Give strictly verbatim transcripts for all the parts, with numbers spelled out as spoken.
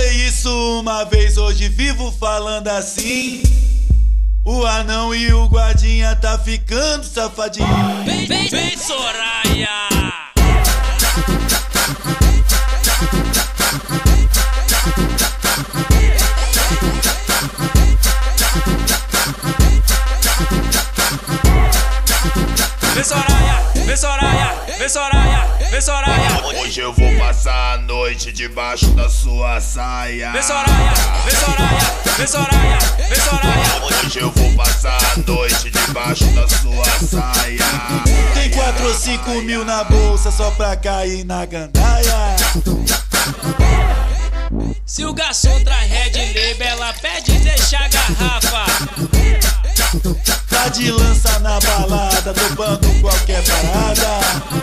falei isso uma vez, hoje vivo falando assim. O anão e o guardinha tá ficando safadinho. Vem, vem, vem, Soraya! Vem, Soraya, vem, Soraya, vem, Soraya, vem, Soraya. Hoje eu vou passar a noite debaixo da sua saia. Vem, Soraya, vem, Soraya, vem, Soraya, vem, Soraya. Hoje eu vou passar a noite debaixo da sua saia. Tem quatro ou cinco mil na bolsa só pra cair na gandaia. Se o garçom traz Red Label, ela pede deixar a garrafa. Tá de lança na balada, topando qualquer parada.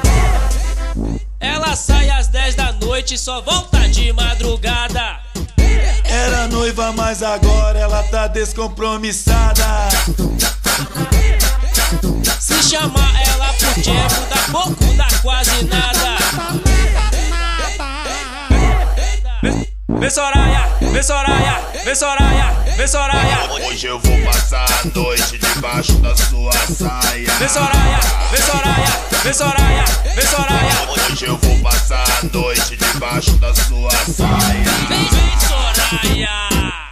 Ela sai às dez da noite e só volta de madrugada. Era noiva, mas agora ela tá descompromissada. Se chamar ela pro jam, dá pouco, dá quase nada. Vem, Soraya, vem, Soraya, vem, Soraya, vem, Soraya. Hoje eu vou passar a noite debaixo da sua saia. Vem, Soraya, vem, Soraya, vem, Soraya, vem, Soraya. Hoje eu vou passar a noite debaixo da sua saia. Vem, vem, Soraya.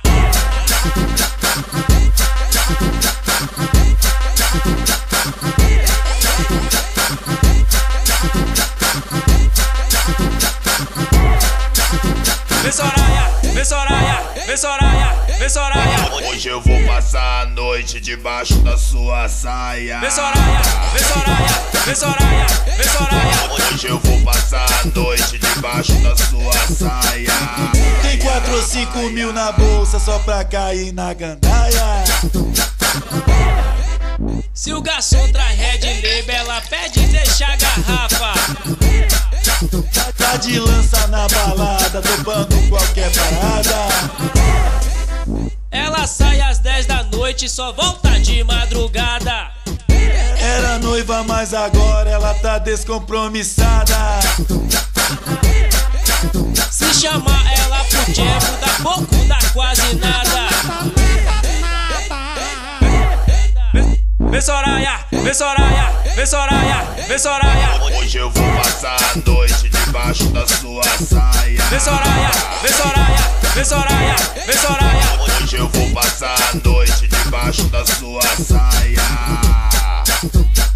Vem, Soraya, vem, Soraya, vem, Soraya, vem, Soraya. Hoje eu vou passar a noite debaixo da sua saia. Vem, Soraya, vem, Soraya, vem, Soraya, vem, Soraya. Hoje eu vou passar a noite debaixo da sua saia. Tem quatro ou cinco mil na bolsa só pra cair na gandaia. Se o garçom traz Red Label, ela pede deixar a garrafa. Tá de lança na balada, topando qualquer parada. Ela sai às dez da noite e só volta de madrugada. Era noiva, mas agora ela tá descompromissada. Se chamar ela pro jam, dá pouco, dá quase nada. Vem, Soraya, vem, Soraya, vem, Soraya, vem, Soraya. Hoje eu vou passar a noite debaixo da sua saia. Vem, Soraya, vem, Soraya, vem, Soraya, vem, Soraya. Hoje eu vou passar a noite debaixo da sua saia.